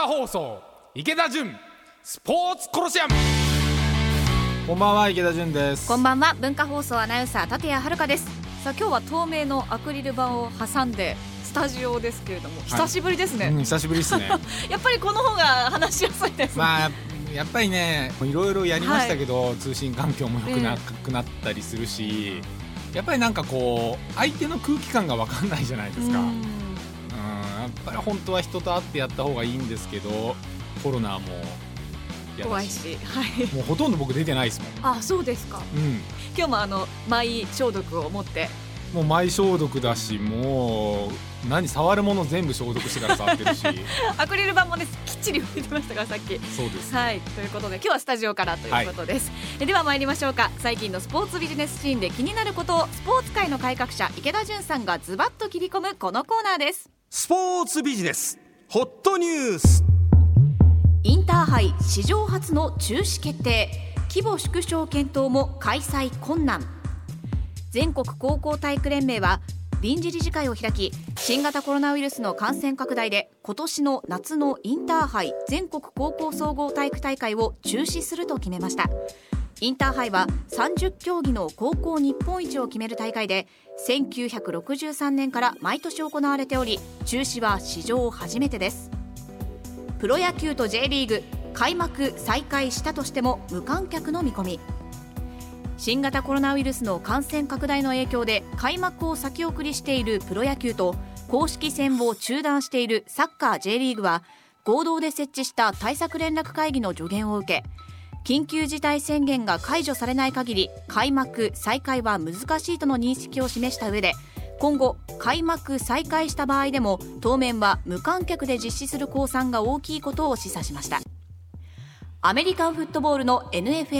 放送池田純スポーツコロシアム。 こんばんは、池田純です。 こんばんは、文化放送アナウンサー立谷遥です。さあ、今日は透明のアクリル板を挟んでスタジオですけれども、久しぶりですね、 久しぶりですねやっぱりこの方が話しやすいですね。 やっぱりね、いろいろやりましたけど、通信環境も良くなくなったりするし、やっぱりなんかこう相手の空気感が分かんないじゃないですか。やっぱり本当は人と会ってやった方がいいんですけど、コロナも怖いし、 もうほとんど僕出てないですもん。 あ、そうですか。今日もマイ消毒を持って、 もうマイ消毒だし、もう触るもの全部消毒してから触ってるしアクリル板もね、きっちり拭いてましたからさっき。 そうです、 ね。ということで今日はスタジオからということです、では参りましょうか。最近のスポーツビジネスシーンで気になることをスポーツ界の改革者池田純さんがズバッと切り込むこのコーナーです。 スポーツビジネスホットニュース。 インターハイ史上初の中止決定、規模縮小検討も開催困難。全国高校体育連盟は臨時理事会を開き、新型コロナウイルスの感染拡大で今年の夏のインターハイ全国高校総合体育大会を中止すると決めました。インターハイは30競技の高校日本一を決める大会で、1963年から毎年行われており、中止は史上初めてです。プロ野球と J リーグ開幕再開したとしても無観客の見込み。新型コロナウイルスの感染拡大の影響で開幕を先送りしているプロ野球と、公式戦を中断しているサッカー J リーグは合同で設置した対策連絡会議の助言を受け、緊急事態宣言が解除されない限り開幕再開は難しいとの認識を示した上で、今後開幕再開した場合でも当面は無観客で実施する公算が大きいことを示唆しました。アメリカンフットボールの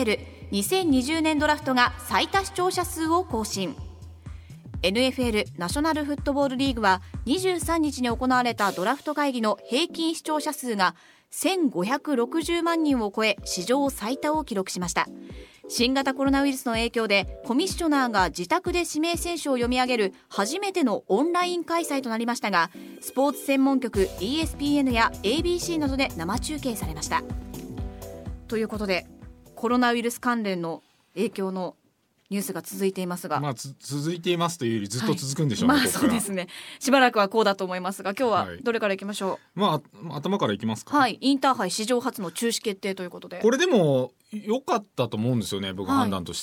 NFL2020 年ドラフトが最多視聴者数を更新。 NFL ナショナルフットボールリーグは23日に行われたドラフト会議の平均視聴者数が1560万人を超え、史上最多を記録しました。新型コロナウイルスの影響でコミッショナーが自宅で指名選手を読み上げる初めてのオンライン開催となりましたが、スポーツ専門局 ESPN や ABC などで生中継されました。ということで、コロナウイルス関連の影響のニュースが続いていますが、 続いていますというよりずっと続くんでしょうね。 そうですね、しばらくはこうだと思いますが、今日はどれからいきましょう。 頭からいきますか。 インターハイ史上初の中止決定ということで、 これでも良かったと思うんですよね、僕判断として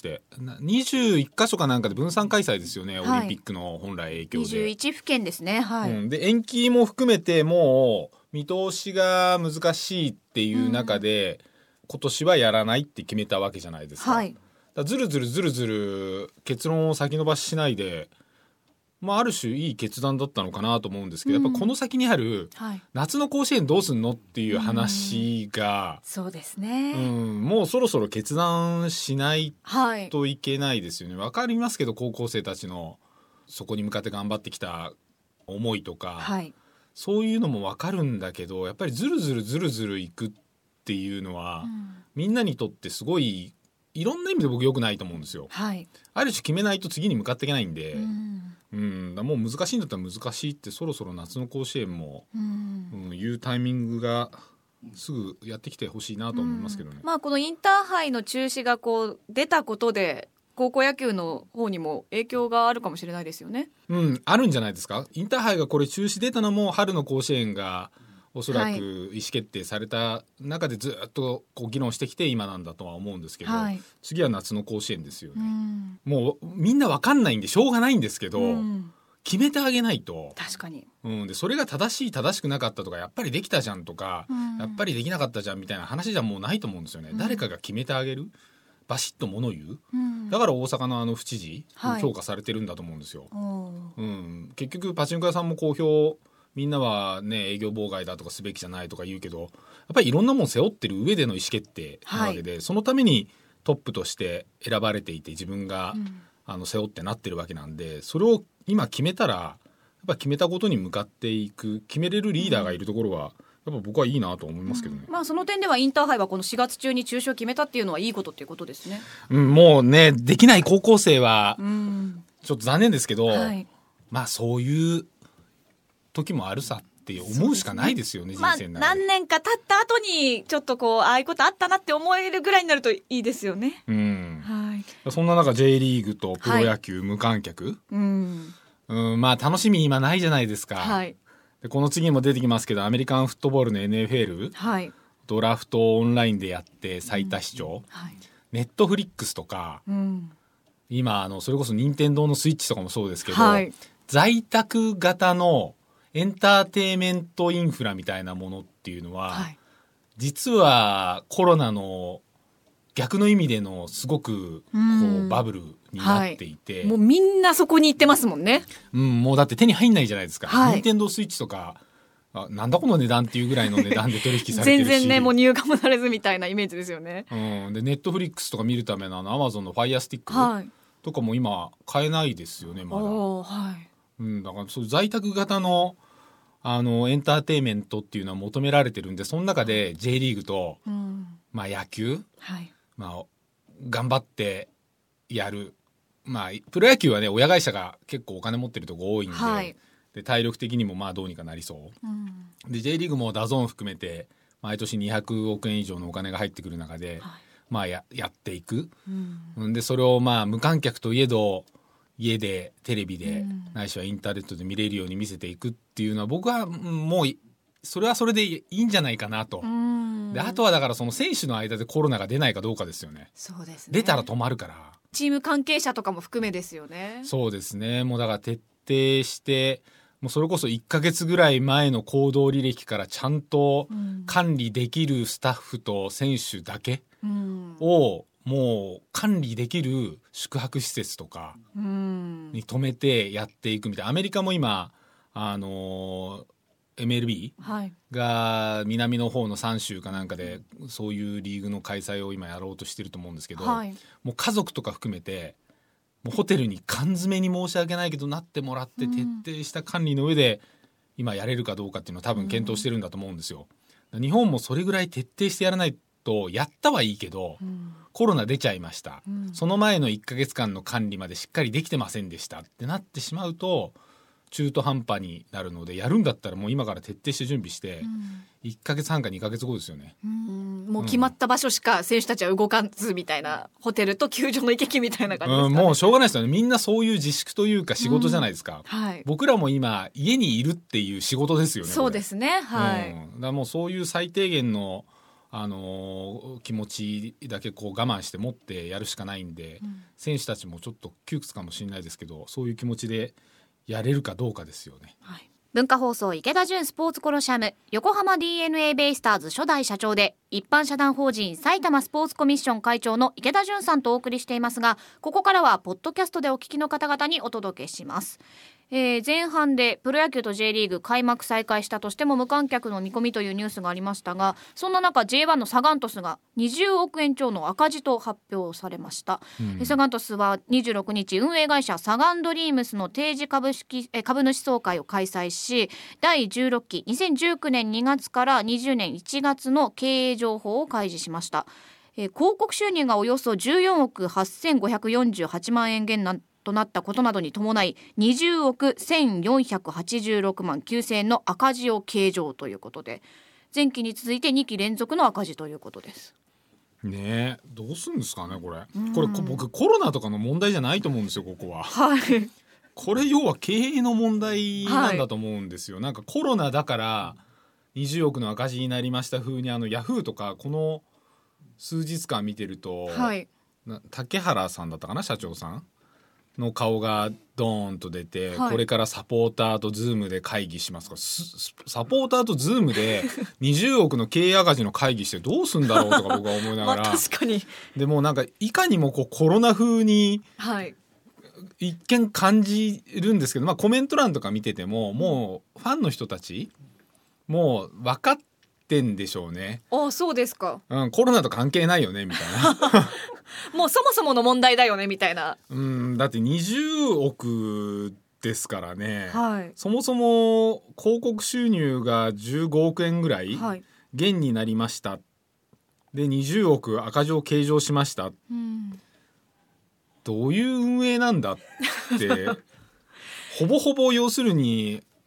。21カ所かなんかで分散開催ですよね、オリンピックの本来影響で。 21府県ですね。 で延期も含めてもう見通しが難しいっていう中で、今年はやらないって決めたわけじゃないですか。ずるずる結論を先延ばししないで、ある種いい決断だったのかなと思うんですけど、やっぱこの先にある、夏の甲子園どうすんのっていう話が、 そうですね、 もうそろそろ決断しないといけないですよね。わかりますけど、高校生たちのそこに向かって頑張ってきた思いとか、そういうのもわかるんだけど、やっぱりずるずるいくっていうのは、みんなにとってすごいいろんな意味で僕良くないと思うんですよ。ある種決めないと次に向かっていけないんで、もう難しいんだったら難しいって、そろそろ夏の甲子園も、いうタイミングがすぐやってきてほしいなと思いますけどね。 このインターハイの中止が出たことで、高校野球の方にも影響があるかもしれないですよね。 あるんじゃないですか。インターハイがこれ中止出たのも春の甲子園がおそらく意思決定された中でずっと議論してきて今なんだとは思うんですけど、次は夏の甲子園ですよね。もうみんな分かんないんでしょうがないんですけど、決めてあげないと。 確かに、 でそれが正しくなかったとか、やっぱりできたじゃんとか、やっぱりできなかったじゃんみたいな話じゃもうないと思うんですよね。誰かが決めてあげる、バシッと物言う、だから大阪の府知事、評価されてるんだと思うんですよ。結局パチンコ屋さんも公表、みんなはね営業妨害だとかすべきじゃないとか言うけど、やっぱりいろんなもん背負ってる上での意思決定なわけで、そのためにトップとして選ばれていて、自分が、背負ってなってるわけなんで、それを今決めたら、やっぱ決めたことに向かっていく、決めれるリーダーがいるところは、やっぱ僕はいいなと思いますけどね。 その点ではインターハイはこの4月中に中止を決めたっていうのはいいことっていうことですね。 もうね、できない高校生はちょっと残念ですけど、そういう時もあるさっって思うしかないですよね、人生の中で。 何年か経った後にちょっとこうああいうことあったなって思えるぐらいになるといいですよね。はい、 そんな中 J リーグとプロ野球無観客、まあ楽しみ今ないじゃないですか。はい、でこの次も出てきますけど、アメリカンフットボールの NFL、はい、ドラフトをオンラインでやって最多視聴、ネットフリックスとか、今それこそ任天堂のスイッチとかもそうですけど、はい、在宅型のエンターテイメントインフラみたいなものっていうのは、はい、実はコロナの逆の意味でのすごくこうバブルになっていて、 はい、もうみんなそこに行ってますもんね。 もうだって手に入んないじゃないですか。任天堂スイッチとかなんだこの値段っていうぐらいの値段で取引されてるし全然ねもう入荷もされずみたいなイメージですよね。 でネットフリックスとか見るためのアマゾンのファイアスティック、はい、とかも今買えないですよねまだ。はい、だからそういう在宅型のエンターテインメントっていうのは求められてるんで、その中で J リーグと、まあ野球、はい、まあ頑張ってやる、まあプロ野球はね親会社が結構お金持ってるとこ多いんで、はい、で体力的にもまあどうにかなりそう、で J リーグもダゾーン含めて毎年200億円以上のお金が入ってくる中で、はい、まあ やっていく、でそれをまあ無観客といえど家でテレビで、ないしはインターネットで見れるように見せていくっていうのは僕はもうそれはそれでいいんじゃないかなと。であとはだからその選手の間でコロナが出ないかどうかですよね。 そうですね、 出たら止まるから。 チーム関係者とかも含めですよね。 そうですね、もうだから徹底してもうそれこそ1ヶ月ぐらい前の行動履歴からちゃんと管理できるスタッフと選手だけをもう管理できる宿泊施設とかに止めてやっていくみたいな。アメリカも今MLB が南の方の3州かなんかでそういうリーグの開催を今やろうとしてると思うんですけど、はい、もう家族とか含めてもうホテルに缶詰に申し訳ないけどなってもらって徹底した管理の上で今やれるかどうかっていうのを多分検討してるんだと思うんですよ。日本もそれぐらい徹底してやらないと、やったはいいけど、コロナ出ちゃいました、その前の1ヶ月間の管理までしっかりできてませんでしたってなってしまうと中途半端になるので、やるんだったらもう今から徹底して準備して、1ヶ月半か2ヶ月後ですよね。 もう決まった場所しか選手たちは動かずみたいな、ホテルと球場の行き来みたいな感じですかね。 もうしょうがないですよね。みんなそういう自粛というか仕事じゃないですか、はい、僕らも今家にいるっていう仕事ですよね。 そうですね、はい、 だからもうそういう最低限の気持ちだけこう我慢して持ってやるしかないんで、選手たちもちょっと窮屈かもしれないですけど、そういう気持ちでやれるかどうかですよね。 はい、文化放送池田純スポーツコロシアム、横浜 DNA ベイスターズ初代社長で一般社団法人埼玉スポーツコミッション会長の池田純さんとお送りしていますが、ここからはポッドキャストでお聞きの方々にお届けします。前半でプロ野球と J リーグ開幕再開したとしても無観客の見込みというニュースがありましたが、そんな中 J1 のサガン鳥栖が20億円超の赤字と発表されました、サガン鳥栖は26日運営会社サガンドリームスの定時株主総会を開催し、第16期2019年2月から20年1月の経営情報を開示しました。広告収入がおよそ14億8548万円減となったことなどに伴い20億1486万9000円の赤字を計上ということで、前期に続いて2期連続の赤字ということですね。どうするんですかねこれ。僕コロナとかの問題じゃないと思うんですよここは。はい、これ要は経営の問題なんだと思うんですよ、はい、なんかコロナだから20億の赤字になりました風にヤフーとかこの数日間見てると、はい、竹原さんだったかな、社長さんの顔がドーンと出て、はい、これからサポーターとズームで会議しますか。サポーターとズームで20億の経営赤字の会議してどうすんだろうとか僕は思いながら確かに。 でもなんかいかにもこうコロナ風に一見感じるんですけど、コメント欄とか見ててももうファンの人たちもう分かってんでしょうね。 あ、そうですか、 コロナと関係ないよねみたいなもうそもそもの問題だよねみたいな。 だって20億ですからね、はい、そもそも広告収入が15億円ぐらい減になりました、で20億赤字を計上しました、どういう運営なんだってほぼほぼ要するに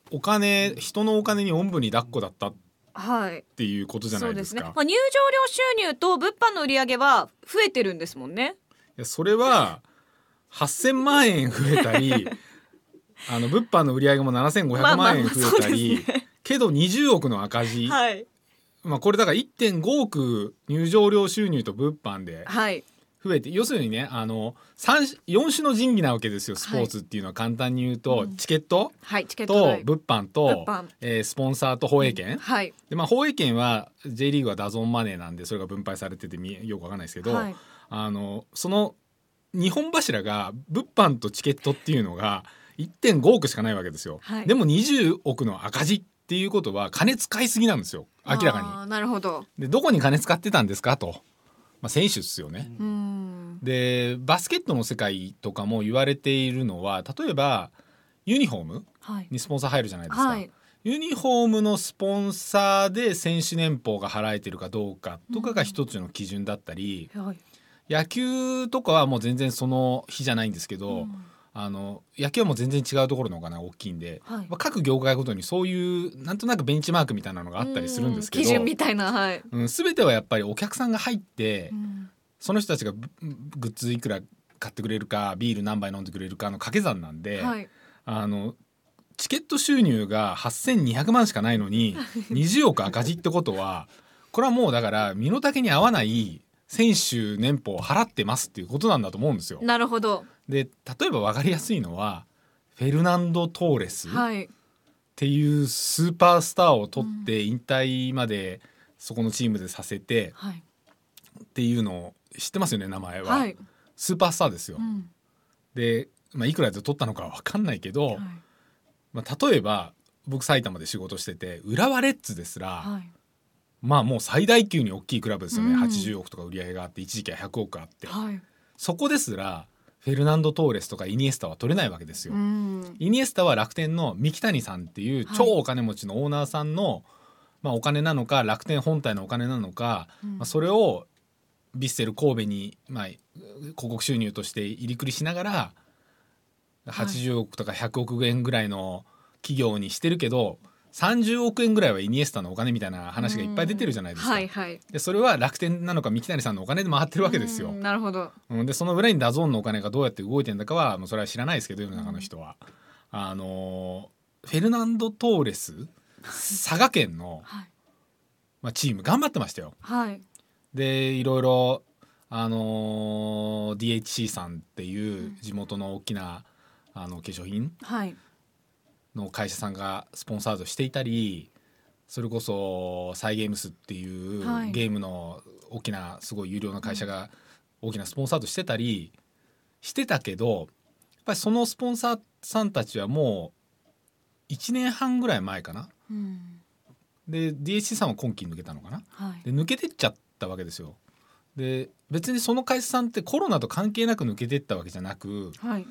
人のお金におんぶに抱っこだったっはいていうことじゃないですか。 そうですね、入場料収入と物販の売り上げは増えてるんですもんね。 いやそれは8000万円増えたり物販の売り上げも7500万円増えたり、 そうですねけど20億の赤字、 はいこれだから 1.5 億入場料収入と物販ではい増えて、要するにね4種の神器なわけですよ。スポーツっていうのは簡単に言うと、チケットはいチケットと代物販と物販スポンサーと放映権、 はいで放映権は J リーグはダゾーンマネーなんでそれが分配されててよくわかんないですけど、 はいその2本柱が物販とチケットっていうのが 1.5 億しかないわけですよ、 はいでも20億の赤字っていうことは金使いすぎなんですよ明らかあーなるほど。 に。でどこに金使ってたんですかと、選手ですよね。でバスケットの世界とかも言われているのは、例えばユニフォームはいにスポンサー入るじゃないですか、 はいユニフォームのスポンサーで選手年俸が払えてるかどうかとかが一つの基準だったり、 はい野球とかはもう全然その日じゃないんですけど、野球はもう全然違うところのお金が大きいんで、 はい各業界ごとにそういうなんとなくベンチマークみたいなのがあったりするんですけど、 基準みたいな、はい全てはやっぱりお客さんが入って、その人たちがグッズいくら買ってくれるかビール何杯飲んでくれるかの掛け算なんで、 はいチケット収入が8200万しかないのに20億赤字ってことはこれはもうだから身の丈に合わない選手年俸を払ってますっていうことなんだと思うんですよ。 なるほど。 で例えば分かりやすいのはフェルナンド・トーレスっはいていうスーパースターを取って引退までそこのチームでさせてはいっていうのを知ってますよね名前は、 はいスーパースターですよ。で、いくらで取ったのかは分かんないけど、例えば僕埼玉で仕事してて浦和レッズですら、 はいもう最大級に大きいクラブですよね、 うん 80億とか売り上げがあって一時期は100億あって、 はいそこですらフェルナンド・トーレスとかイニエスタは取れないわけですよ、 うんイニエスタは楽天の三木谷さんっていう超お金持ちのオーナーさんの、お金なのか楽天本体のお金なのか、それをヴィッセル神戸に、広告収入として入りくりしながら80億とか100億円ぐらいの企業にしてるけど30億円ぐらいはイニエスタのお金みたいな話がいっぱい出てるじゃないですか、 はいはいでそれは楽天なのか三木谷さんのお金で回ってるわけですよ、 なるほど。 でその裏にダゾーンのお金がどうやって動いてるんだかはもうそれは知らないですけど世の中の人は、フェルナンド・トーレス佐賀県の、チーム頑張ってましたよ。 はいでいろいろ、DHC さんっていう地元の大きな化粧品はいの会社さんがスポンサードしていたり、それこそサイゲームスっていうはいゲームの大きなすごい有料な会社が大きなスポンサードしてたりしてたけど、やっぱりそのスポンサーさんたちはもう1年半ぐらい前かな、で DHC さんは今期抜けたのかな、 はいで抜けてっちゃったわけですよ。で別にその会社さんってコロナと関係なく抜けてったわけじゃなく、 はい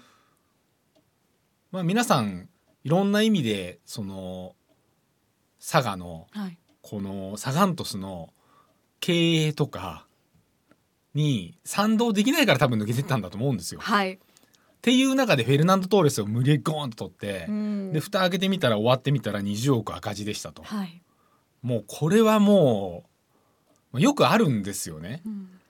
皆さんいろんな意味でその佐賀のはいこのサガン鳥栖の経営とかに賛同できないから多分抜けてったんだと思うんですよ。 はいっていう中でフェルナンド・トーレスを無理やりゴーンと取って、で蓋開けてみたら終わってみたら20億赤字でしたと。 はいもうこれはもうよくあるんですよね。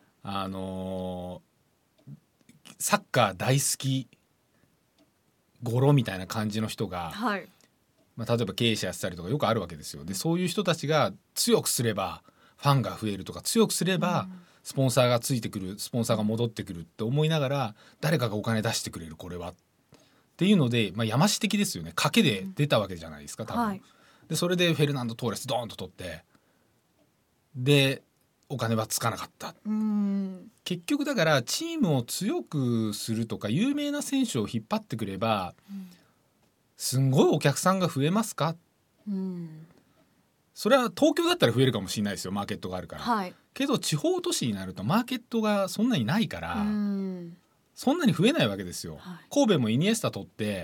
サッカー大好きゴロみたいな感じの人が、 はい例えば経営者やってたりとかよくあるわけですよ。でそういう人たちが強くすればファンが増えるとか強くすればスポンサーがついてくる、スポンサーが戻ってくるって思いながら誰かがお金出してくれるこれはっていうので、やまし的ですよね。賭けで出たわけじゃないですか多分、 はいでそれでフェルナンド・トーレスドーンと取ってでお金はつかなかった。結局だからチームを強くするとか有名な選手を引っ張ってくれば、すんごいお客さんが増えますか、それは東京だったら増えるかもしれないですよ、マーケットがあるから、 はいけど地方都市になるとマーケットがそんなにないから、そんなに増えないわけですよ、神戸もイニエスタ取って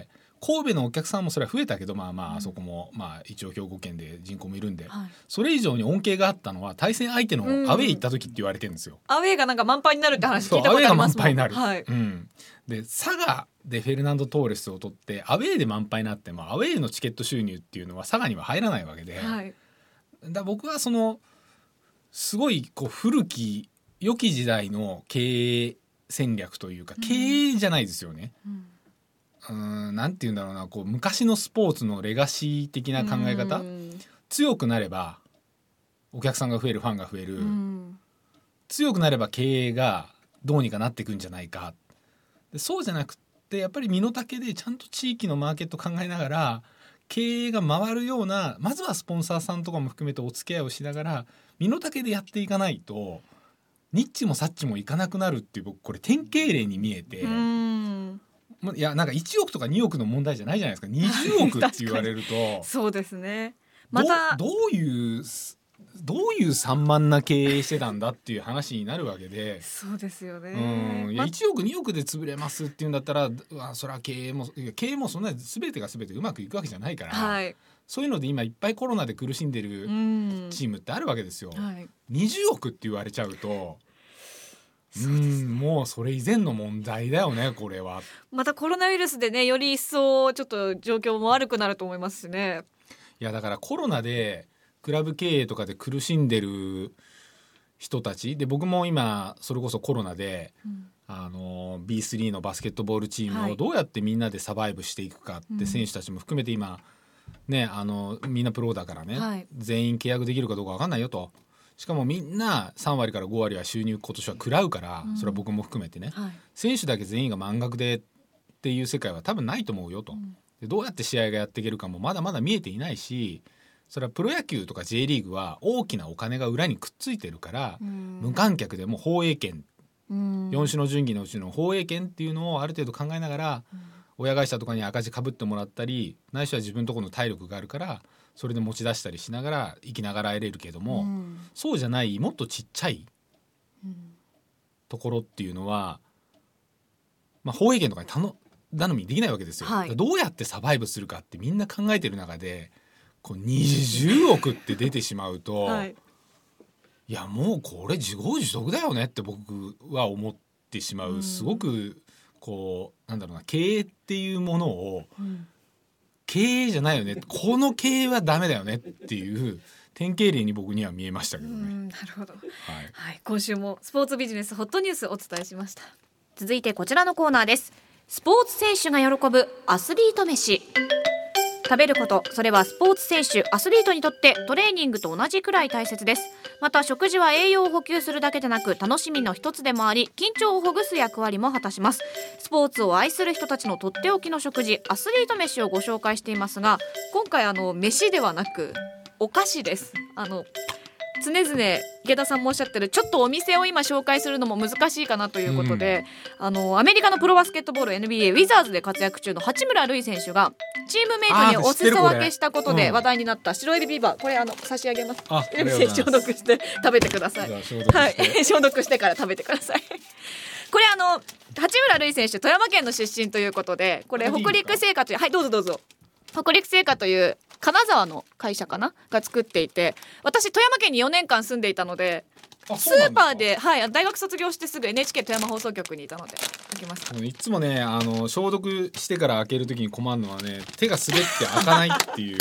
神戸のお客さんもそれは増えたけど、あそこも一応兵庫県で人口もいるんで、それ以上に恩恵があったのは対戦相手のアウェー行った時って言われてるんですよ。 アウェーがなんか満杯になるって話聞いたことありますもん。 アウェーが満杯になる、で佐賀でフェルナンド・トーレスを取ってアウェーで満杯になってもアウェーのチケット収入っていうのは佐賀には入らないわけで、だ僕はそのすごい古き良き時代の経営戦略というか、経営じゃないですよね、なんていうんだろうな、昔のスポーツのレガシー的な考え方、強くなればお客さんが増える、ファンが増える、強くなれば経営がどうにかなっていくんじゃないか、でそうじゃなくってやっぱり身の丈でちゃんと地域のマーケット考えながら経営が回るような、まずはスポンサーさんとかも含めてお付き合いをしながら身の丈でやっていかないとニッチもサッチもいかなくなるっていう、僕これ典型例に見えて、いやなんか1億とか2億の問題じゃないじゃないですか。20億って言われるとそうですね、 どういう散漫な経営してたんだっていう話になるわけで、 そうですよね、 いや1億2億で潰れますっていうんだったら、それは経営もそんな全てが全てうまくいくわけじゃないから、そういうので今いっぱいコロナで苦しんでるチームってあるわけですよ、20億って言われちゃうともうそれ以前の問題だよね。これはまたコロナウイルスでね、より一層ちょっと状況も悪くなると思いますしね。 いやだからコロナでクラブ経営とかで苦しんでる人たちで、僕も今それこそコロナで、B3 のバスケットボールチームをどうやってみんなでサバイブしていくかって、選手たちも含めて今ね、みんなプロだからね、全員契約できるかどうか分かんないよと。しかもみんな3割から5割は収入今年は食らうから、それは僕も含めてね、選手だけ全員が満額でっていう世界は多分ないと思うよと。でどうやって試合がやっていけるかもまだまだ見えていないし、それはプロ野球とか J リーグは大きなお金が裏にくっついてるから、無観客でも放映権、4種の神器のうちの放映権っていうのをある程度考えながら、親会社とかに赤字かぶってもらったり、ないしは自分のところの体力があるからそれで持ち出したりしながら生きながら得れるけども、そうじゃないもっとちっちゃいところっていうのは、放映権とかに頼みできないわけですよ、どうやってサバイブするかってみんな考えてる中で、20億って出てしまうと、いやもうこれ自業自得だよねって僕は思ってしまう。すごくなんだろうな、経営っていうものを、経営じゃないよね、この経営はダメだよねっていう典型例に僕には見えましたけどね。 なるほど、今週もスポーツビジネスホットニュースお伝えしました。続いてこちらのコーナーです。スポーツ選手が喜ぶアスリート飯。食べること、それはスポーツ選手、アスリートにとってトレーニングと同じくらい大切です。また食事は栄養を補給するだけでなく楽しみの一つでもあり、緊張をほぐす役割も果たします。スポーツを愛する人たちのとっておきの食事、アスリート飯をご紹介していますが、今回飯ではなくお菓子です。常々池田さんもおっしゃってる、ちょっとお店を今紹介するのも難しいかなということで、アメリカのプロバスケットボール NBA ウィザーズで活躍中の八村塁選手がチームメイトにお裾分けしたことで話題になった白エビビーバー、これ差し上げます。消毒して食べてください。消毒してから食べてください。これ八村塁選手富山県の出身ということで、これ北陸製菓という、どうぞ北陸製菓という金沢の会社かなが作っていて、私富山県に4年間住んでいたので、スーパーで、大学卒業してすぐ NHK 富山放送局にいたので開けました。 いつもね消毒してから開けるときに困るのはね、手が滑って開かないっていう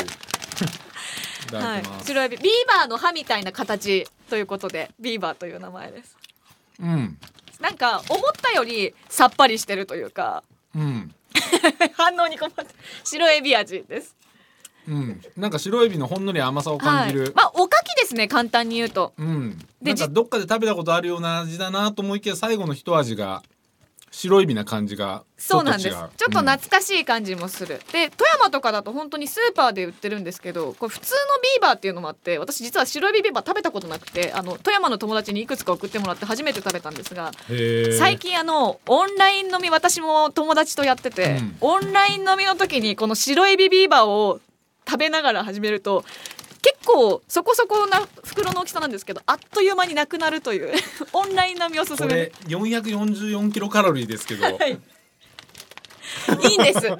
白エビビーバーの歯みたいな形ということでビーバーという名前です。なんか思ったよりさっぱりしてるというか、反応に困って白エビ味です。 なんか白エビのほんのり甘さを感じる、 おかきですね、簡単に言うと。 なんかどっかで食べたことあるような味だなと思いきや、最後の一味が白エビな感じがちょっと違う。そうなんです。ちょっと懐かしい感じもする。で富山とかだと本当にスーパーで売ってるんですけど、これ普通のビーバーっていうのもあって、私実は白エビビーバー食べたことなくて、富山の友達にいくつか送ってもらって初めて食べたんですが、最近オンライン飲み、私も友達とやってて、オンライン飲みの時にこの白エビビーバーを食べながら始めると、結構そこそこな袋の大きさなんですけど、あっという間になくなるというオンライン飲みを勧める。これ444キロカロリーですけど、 いいんです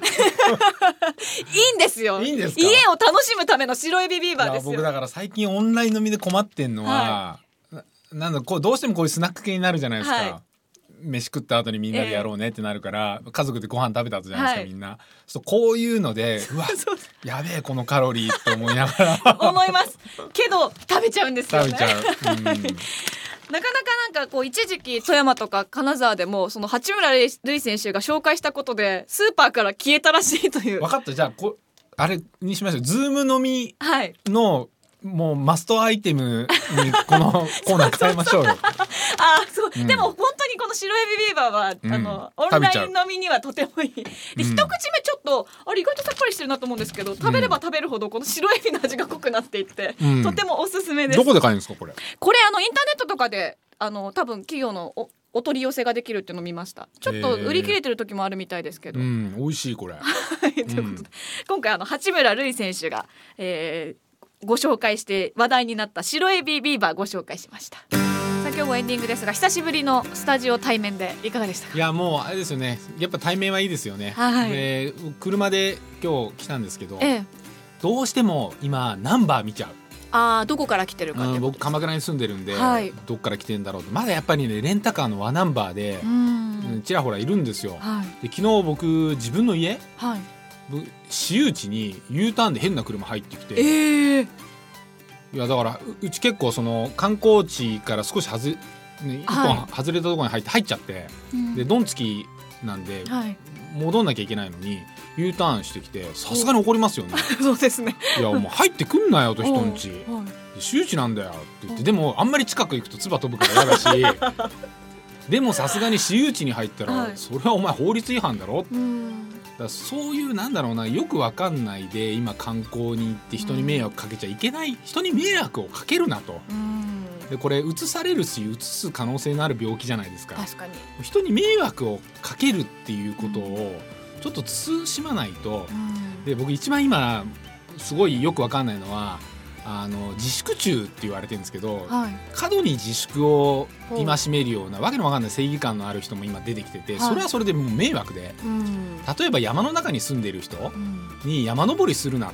いんですよ。 いいんですか。 家を楽しむための白エビビーバーですよ。 僕だから最近オンライン飲みで困ってんのは、なんだこうどうしてもこういうスナック系になるじゃないですか、 はい飯食った後にみんなでやろうねってなるから、家族でご飯食べた後じゃないですか、みんな。そうこういうのでうわやべえこのカロリーって思いながら思いますけど食べちゃうんですよね。 食べちゃう、 なかなかなんかこう一時期富山とか金沢でもその八村塁選手が紹介したことでスーパーから消えたらしいという。 分かった、じゃああれにしましょう。ズーム飲みはいのもうマストアイテムにこのコーナー変えましょうよそう、でも本当にこの白エビビーバーは、オンライン飲みにはとてもいいで、一口目ちょっと意外とさっぱりしてるなと思うんですけど、食べれば食べるほどこの白エビの味が濃くなっていって、とてもおすすめです。 どこで買えるんですかこれ。 これインターネットとかで多分企業のお取り寄せができるっていうのを見ました。ちょっと売り切れてる時もあるみたいですけど、 美味しいこれということで、今回八村塁選手が、ご紹介して話題になった白エビビーバーご紹介しました。さあ今日もエンディングですが、久しぶりのスタジオ対面でいかがでしたか。 いやもうあれですよね、やっぱ対面はいいですよね、で車で今日来たんですけど、どうしても今ナンバー見ちゃう。 どこから来てるかってことです。 僕鎌倉に住んでるんで、どっから来てんだろうと。まだやっぱりねレンタカーの和ナンバーでちらほらいるんですよ、で昨日僕自分の家、私有地に U ターンで変な車入ってきて、いやだからうち結構その観光地から少し一本外れたところに入っちゃって、でドンつきなんで、戻んなきゃいけないのに U ターンしてきて、さすがに怒りますよねそうですね。 いやもう入ってくんなよと、人んち私有地なんだよって言って、でもあんまり近く行くと唾飛ぶから嫌だしでもさすがに私有地に入ったら、それはお前法律違反だろ、だからそういうなんだろうな、よくわかんないで今観光に行って人に迷惑かけちゃいけない、人に迷惑をかけるなと、でこれうつされるしうつす可能性のある病気じゃないですか。 確かに人に迷惑をかけるっていうことをちょっと慎まないと、で僕一番今すごいよくわかんないのは自粛中って言われてるんですけど、過度に自粛を戒めるようなわけのわかんない正義感のある人も今出てきてて、それはそれでもう迷惑で、例えば山の中に住んでる人に山登りするなって、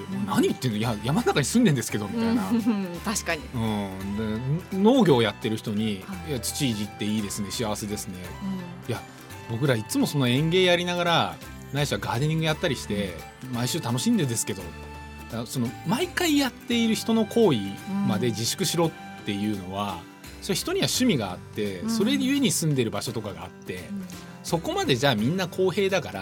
何言ってんの、いや山の中に住んでんですけどみたいな、 確かに、 で農業やってる人に、いや土いじっていいですね幸せですね、いや僕らいつもその園芸やりながらないしはガーデニングやったりして毎週楽しんでですけど、その毎回やっている人の行為まで自粛しろっていうのは、それ人には趣味があって、それゆえに住んでる場所とかがあって、そこまでじゃあみんな公平だから、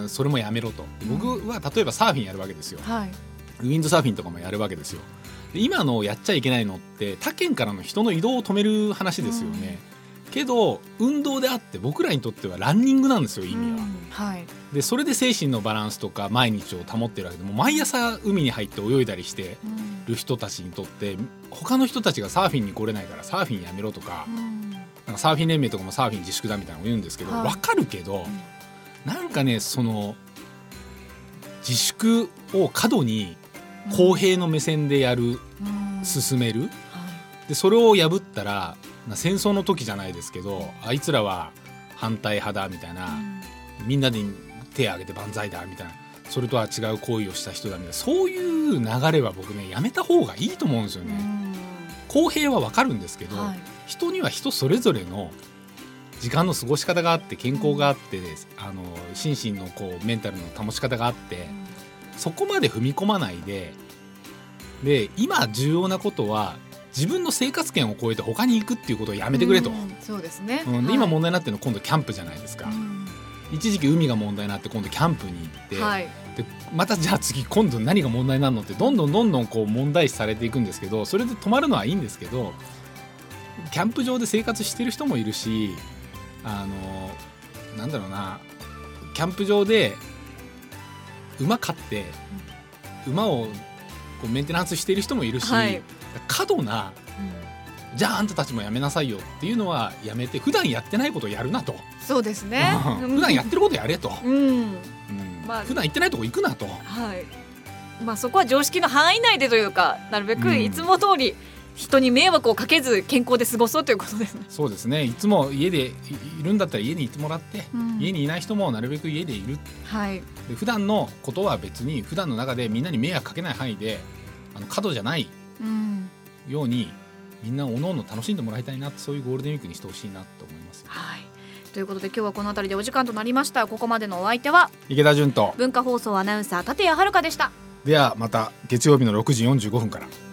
それもやめろと。僕は例えばサーフィンやるわけですよ、ウィンドサーフィンとかもやるわけですよ。で今のやっちゃいけないのって他県からの人の移動を止める話ですよね、けど運動であって僕らにとってはランニングなんですよ意味は、でそれで精神のバランスとか毎日を保ってるわけで、も毎朝海に入って泳いだりしてる人たちにとって、他の人たちがサーフィンに来れないからサーフィンやめろとか、なんかサーフィン連盟とかもサーフィン自粛だみたいなのを言うんですけど、分かるけど、なんかねその自粛を過度に公平の目線でやる、進める、でそれを破ったら戦争の時じゃないですけど、あいつらは反対派だみたいな、みんなで手を挙げて万歳だみたいな、それとは違う行為をした人だみたいな、そういう流れは僕ねやめた方がいいと思うんですよね。公平は分かるんですけど、人には人それぞれの時間の過ごし方があって、健康があって、心身のこうメンタルの保ち方があって、そこまで踏み込まないで、今重要なことは自分の生活圏を超えて他に行くっていうことをやめてくれと、 そうですね、 で今問題になってるのは今度キャンプじゃないですか、一時期海が問題になって今度キャンプに行って、でまたじゃあ次今度何が問題になるのってどんどんこう問題視されていくんですけど、それで止まるのはいいんですけど、キャンプ場で生活してる人もいるし、なんだろうな、キャンプ場で馬飼って馬をこうメンテナンスしている人もいるし、過度な、じゃああんたたちもやめなさいよっていうのはやめて、普段やってないことをやるなと。 そうですね、 普段やってることやれと、普段行ってないとこ行くなと、 そこは常識の範囲内でというか、なるべくいつも通り人に迷惑をかけず健康で過ごそうということですね。 そうですね。いつも家でいるんだったら家にいてもらって、 うん、 家にいない人もなるべく家でいる、 はい、 で普段のことは別に普段の中でみんなに迷惑かけない範囲で過度じゃないように、みんなおのおの楽しんでもらいたいな、そういうゴールデンウィークにしてほしいなと思います、 はい、ということで今日はこの辺りでお時間となりました。ここまでのお相手は池田純と文化放送アナウンサー立谷遥でした。 ではまた月曜日の6時45分から。